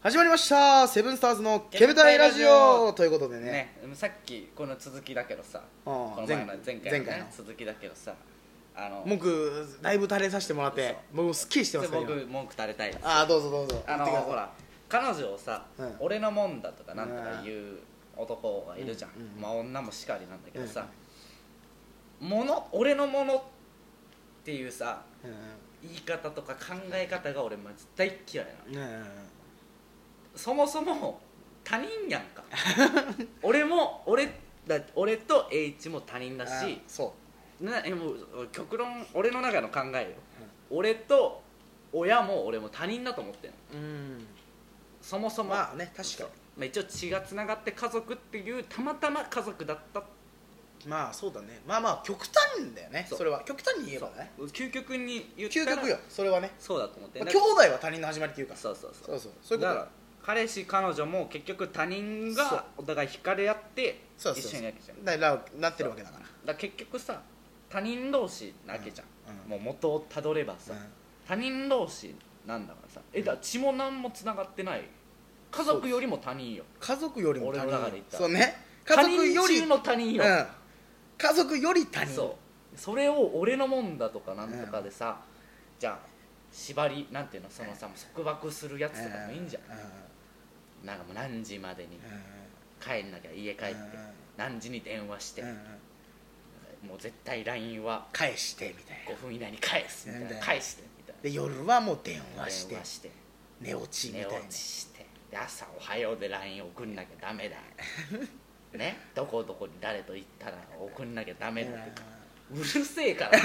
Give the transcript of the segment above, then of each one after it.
始まりましたセブンスターズの煙たいラジオということでね、 さっきこの続きだけどさ、 この前回の、ね、続きだけどさ、 文句だいぶ垂れさせてもらって僕もすっきりしてますから僕文句垂れたいです。 どうぞどうぞ。 ほら彼女をさ、俺のもんだとかなんとか言う男がいるじゃん、まあ女もしかりなんだけどさ、俺のものっていうさ、言い方とか考え方が俺マジ大嫌いなの。そもそも他人やんか俺と H も他人だし、もう極論俺の中の考えよ、俺と親も俺も他人だと思ってんの。そもそもまあね、確かに、 一応血がつながって家族っていうたまたま家族だった。 まあそうだね。まあ極端だよね。それは極端に言えばね、 究極に言ったら究極よ。それはね、 そうだと思って、 兄弟は他人の始まりっていうか、 そういうことだから。彼氏彼女も結局他人がお互い惹かれ合って一緒になるわけじゃん。 だからなってるわけだから。 だから結局さ、他人同士なわけじゃん、もう元をたどればさ、他人同士なんだからさ、だから血も何もつながってない、家族よりも他人よ。 家族よりも他人。 俺の中で言ったらそうね、 家族よりの他人よ、 家族より他人。 それを俺のもんだとかなんとかでさ、じゃあ縛りなんていうの、そのさ束縛するやつとかもいいんじゃん。なんかもう何時までに帰んなきゃ、家帰って何時に電話して、もう絶対 LINE は返してみたいな、 5分以内に返すみたいな、返してみたいな。 で夜はもう電話して寝落ちみたいな、 寝落ちしてで朝おはようで LINE 送んなきゃダメだね、どこどこに誰と言ったら送んなきゃダメだって、うるせえから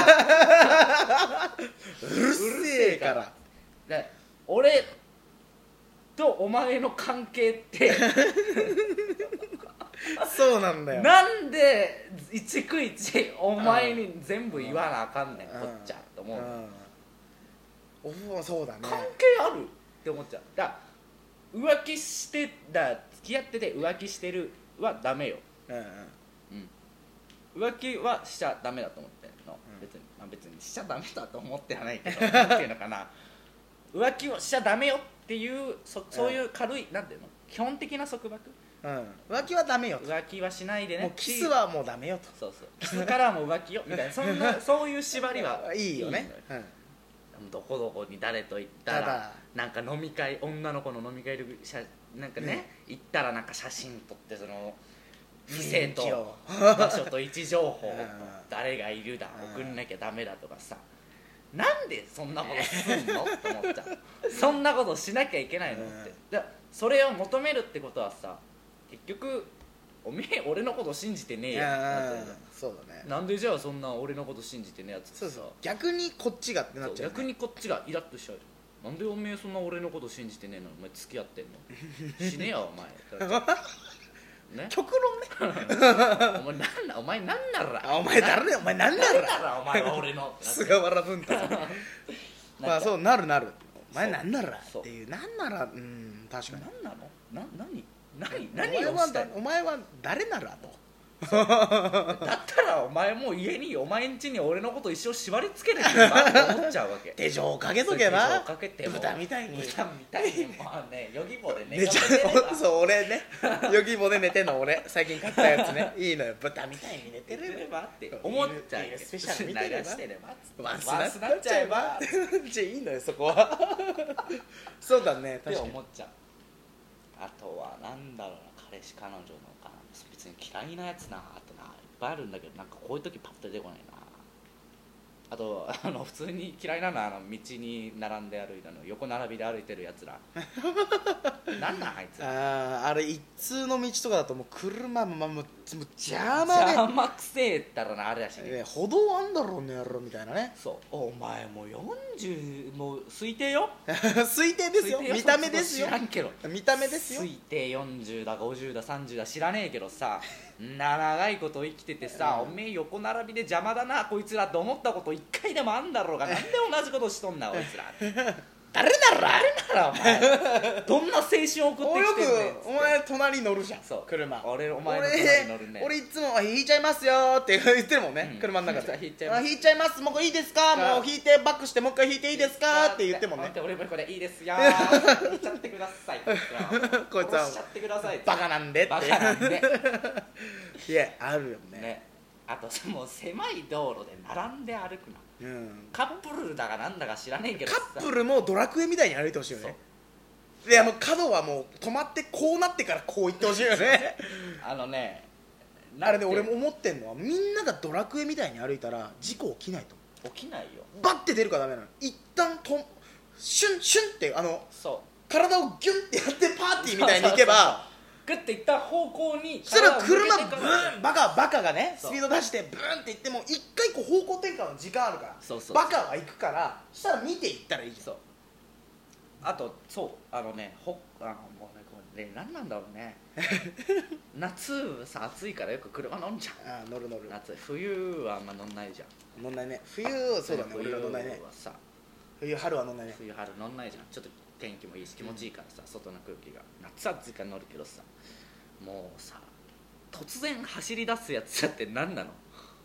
うるせえからで俺とお前の関係ってそうなんだよ。 なんで一区一お前に全部言わなあかんねん、こっちゃと思う。 そうだね、 関係あるって思っちゃう。だから浮気して付き合ってて浮気してるはダメよ、浮気はしちゃダメだと思ってんの、別にしちゃダメだと思ってはないけどなんていうのかな、浮気をしちゃダメよっていう、そういう軽い、なんていうの、基本的な束縛、 浮気はダメよと、 浮気はしないでね、 もうキスはもうダメよと、 キスからも浮気よみたいな、そういう縛りはいいよね。 どこどこに誰と行ったらなんか飲み会、女の子の飲み会でなんかね、行ったらなんか写真撮って、その店と場所と位置情報、誰がいるだ送んなきゃダメだとかさ、なんでそんなことすんのって思っちゃうそんなことしなきゃいけないのって、それを求めるってことはさ、結局おめえ俺のこと信じてねえやん。 そうだね。 なんでじゃあそんな俺のこと信じてねえやつってさ、 逆にこっちがってなっちゃう、 逆にこっちがイラッとしちゃう。なんでおめえそんな俺のこと信じてねえのにお前付き合ってんのしねえやお前ね、極論ねお前なんならお前誰だよ、お前なんならお前は俺の菅原文太まあそうなるお前なんならっていう、なんなら、確かになんなの何をしたい、 お前は誰ならとだったらお前もう家に、お前ん家に俺のこと一生縛り付けてくればって思っちゃうわけ。 手錠かけとけば、 手錠かけて豚みたいにまあね、ヨギボで寝ちゃう。そう俺ね、ヨギボで寝てんの俺、最近買ったやつね、いいのよ、豚みたいに寝てればって思っちゃう。 スペシャル見てれば、 してればワンスなっちゃえばじゃあいいのよそこはそうだね、 確かにって思っちゃう。あとはなんだろうな、彼氏彼女のかな、別に嫌いなやつな、あとないっぱいあるんだけど、なんかこういう時パッと出てこないな。あと普通に嫌いなのは道に並んで歩いたの、横並びで歩いてるやつらなんなんあいつ。 あれ一通の道とかだともう車も邪魔くせえったらな、あれだしね、 歩道あんだろうねやろみたいなね。 そう、お前もう40、もう推定よ推定ですよ、見た目ですよ、 知らんけど見た目ですよ、 推定40だ50だ30だ知らねえけどさ、長いこと生きててさ、おめえ横並びで邪魔だなこいつらって思ったこと一回でもあんだろうが、なんで同じことしとんなこいつら誰ならお前どんな青春送ってきてんねん。 お前隣乗るじゃん、車。 お前の隣乗るね。 俺いつも引いちゃいますよって言ってるもんね、車の中で。引いちゃいます、もういいですか、もう引いてバックしてもう一回引いていいですかって言ってもね。 俺もこれいいですよ引いちゃってくだださいこいつらこいつは殺しちゃってくださいバカなんでってバカなんでいやあるよねね。あともう狭い道路で並んで歩くな、 うん、 カップルだかなんだか知らねえけどカップルもドラクエみたいに歩いてほしいよね。いやもう角はもう止まってこうなってからこう行ってほしいよねあれね俺も思ってんのはみんながドラクエみたいに歩いたら事故起きないと起きないよ。 バッて出るからダメなの。一旦シュンシュンってそう体をギュンってやってパーティーみたいに行けばグッていった方向にそしたら車ブ体を向けてからーンバカがねそうスピード出してブーンって行っても一回こう方向転換の時間あるからそうバカは行くからそしたら見て行ったらいいじゃん。 そうあとそうもうねこれ何なんだろうね夏さ暑いからよく車乗んじゃん。 あ乗る夏冬はあんま乗んないじゃん。 乗んないね冬そうだね俺ら乗んないね。 冬はさ冬春は乗んないね。 冬春乗んないじゃん。ちょっと天気もいいし気持ちいいからさ、外の空気が夏暑いから乗るけどさもうさ突然走り出すやつだって何なの。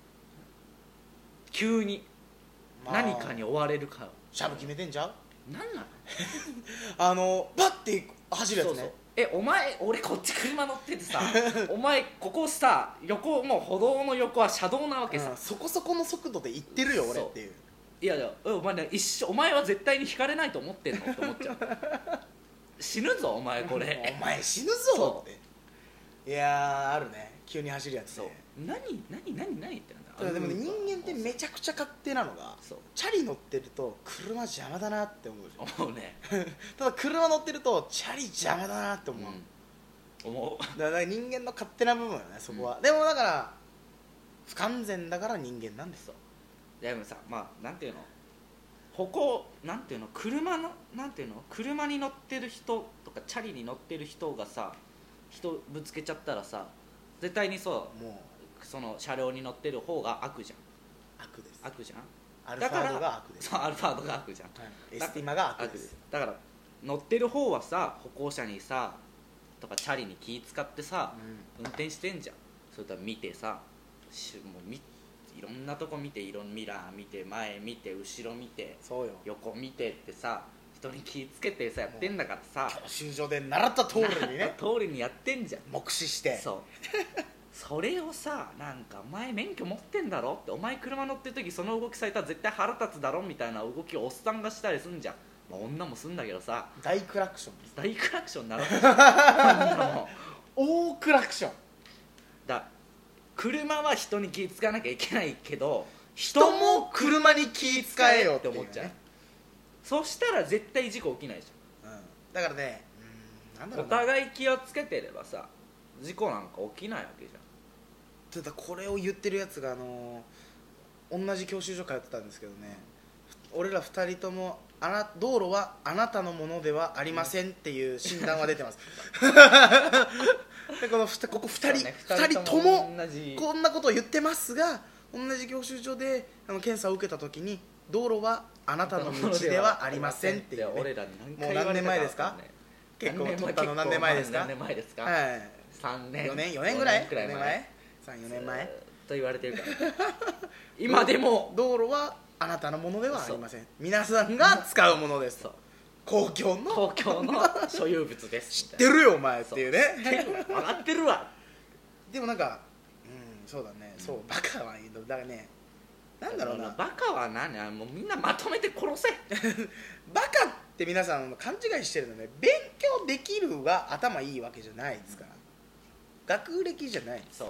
急に何かに追われるかシャブ決めてんじゃん何なのバッて走るやつね。 そうお前俺こっち車乗っててさお前ここさ横もう歩道の横は車道なわけさ、 そこそこの速度で行ってるよ俺っていう。 いやお前ねお前は絶対に引かれないと思ってんのって思っちゃう死ぬぞお前これお前死ぬぞっていやあるね急に走るやつね。 何ってなんだ。 でもね人間ってめちゃくちゃ勝手なのがチャリ乗ってると車邪魔だなって思うじゃん。 思うねただ車乗ってるとチャリ邪魔だなって思う、 思うだから人間の勝手な部分よねそこは、でもだから不完全だから人間なんですよ。 でもさなんていうのなんていうの車に乗ってる人とかチャリに乗ってる人がさ人ぶつけちゃったらさ絶対にもうその車両に乗ってる方が悪じゃん。 悪です。 悪じゃん。 アルファードが悪です。 そうアルファードが悪じゃん、 エスティマが悪です。 だから乗ってる方はさ歩行者にさとかチャリに気使ってさ、運転してんじゃん。それとは見てさもういろんなとこ見てミラー見て前見て後ろ見てそうよ横見てってさ人に気つけてさやってんだからさ教習所で習った通りにね通りにやってんじゃん目視してそれをさなんかお前免許持ってんだろってお前車乗ってる時その動きされたら絶対腹立つだろみたいな動きをおっさんがしたりすんじゃん。女もすんだけどさ大クラクションです。 大クラクションなの大クラクション車は人に気使わなきゃいけないけど人も車に気使えよって思っちゃう。そしたら絶対事故起きないじゃん、だからねなんだろうお互い気をつけてればさ事故なんか起きないわけじゃん。 ただこれを言ってるやつが同じ教習所通ってたんですけどね、俺ら2人とも道路はあなたのものではありませんっていう診断は出てますでここ2人ともこんなことを言ってますが同じ教習所で検査を受けた時に道路はあなたの道ではありませんっていう、ね、 俺らにもう何年前ですか？結構取ったの何年前ですか？ 何年前ですか？ はい、 3年 4年ぐらい前 3,4 年前と言われてるから今でも道路はあなたのものではありません、皆さんが使うものです、公共の所有物です知ってるよお前っていうね分かってるわ。 でもなんかそうだね、そうバカはいいのだからね、なんだろうな、 バカは何もうみんなまとめて殺せバカって皆さん勘違いしてるのね。勉強できるは頭いいわけじゃないですから、学歴じゃないです。 そう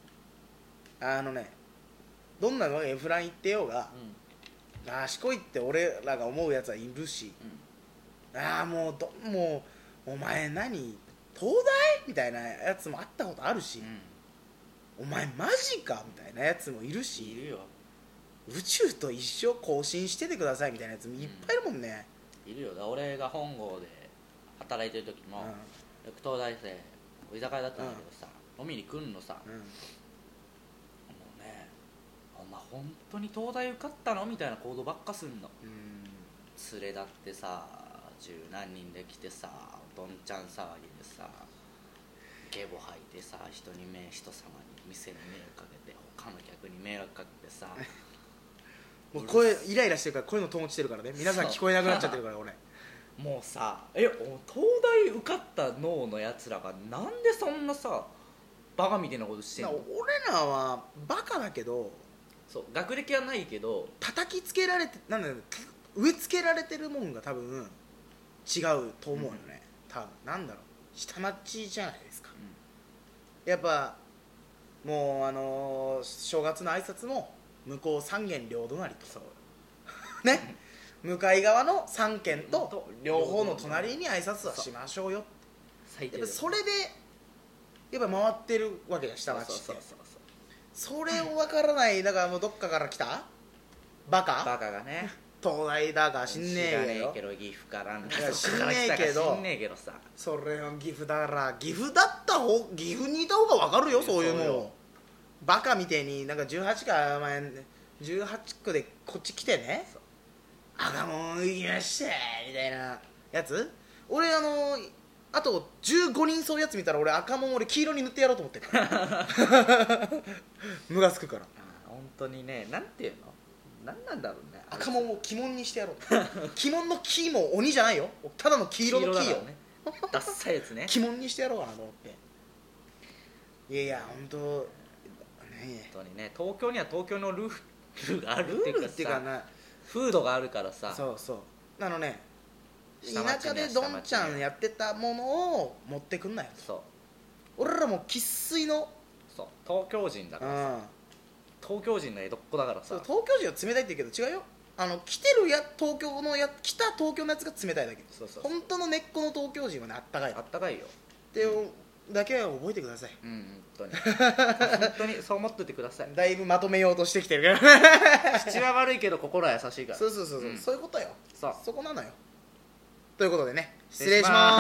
どんなのがエフラン行ってようが、賢いって俺らが思うやつはいるし、もうお前何東大みたいなやつもあったことあるし、お前マジかみたいなやつもいるし、 いるよ。 宇宙と一生更新しててくださいみたいなやつもいっぱいいるもんね、 いるよ。俺が本郷で働いてる時も、よく東大生居酒屋だったんだけどさ、飲みに来んのさ、もうね、お前本当に東大受かったのみたいな行動ばっかすんの。連れ立ってさ十何人で来てさ、どんちゃん騒ぎでさ、ゲボ吐いてさ、人様に店に迷惑かけて、他の客に迷惑かけてさもう声イライラしてるから声のトーン落ちてるからね、皆さん聞こえなくなっちゃってるから俺もうさ東大り受かった脳のやつらがなんでそんなさバカみたいなことしてんの。 俺らはバカだけど、 そう学歴はないけど叩きつけられて、なんだろう、植え付けられてるもんが多分違うと思うよね、多分。なんだろう、下町じゃないですか、やっぱもう正月の挨拶も向こう三軒両隣とそうね向かい側の3軒と両方の隣に挨拶はしましょうよ。 最低やっぱそれでやっぱ回ってるわけだ、下町って。それを分からない、だからもうどっかから来たバカがね、 東大だか知んねえけど岐阜からんだ知んねえけどさ、 それを岐阜だから岐阜岐阜にいた方が分かるよ、そういうの。バカみてえになんか18か前18区でこっち来てね、赤門行きましたみたいなやつ。俺あと15人そういうやつ見たら俺赤門黄色に塗ってやろうと思ってるからムがつくから。 本当にね、なんていうの、なんなんだろうね、 赤門を鬼門にしてやろう鬼門の鬼も鬼じゃないよ、ただの黄色の黄よ、 ね、ダッサいやつね鬼門にしてやろうかなと思って。いや本当ね、 本当にね、東京には東京のルールがあるっていうかさ、 っていうかな、 風土があるからさ。 そうそう、田舎でどんちゃんやってたものを持ってくんなよ。 そう、 俺らも生粋の、 そう東京人だからさ、東京人の江戸っ子だからさ。 東京人は冷たいって言うけど違うよ。来てる来た東京のやつが冷たいだけ。本当の根っこの東京人はね、あったかい。 あったかいよってだけは覚えてください。 本当にそう思っててください。 だいぶまとめようとしてきてるから口は悪いけど心は優しいから。 そう、そういうことよ。 そう、 そこなのよ。ということでね、失礼します。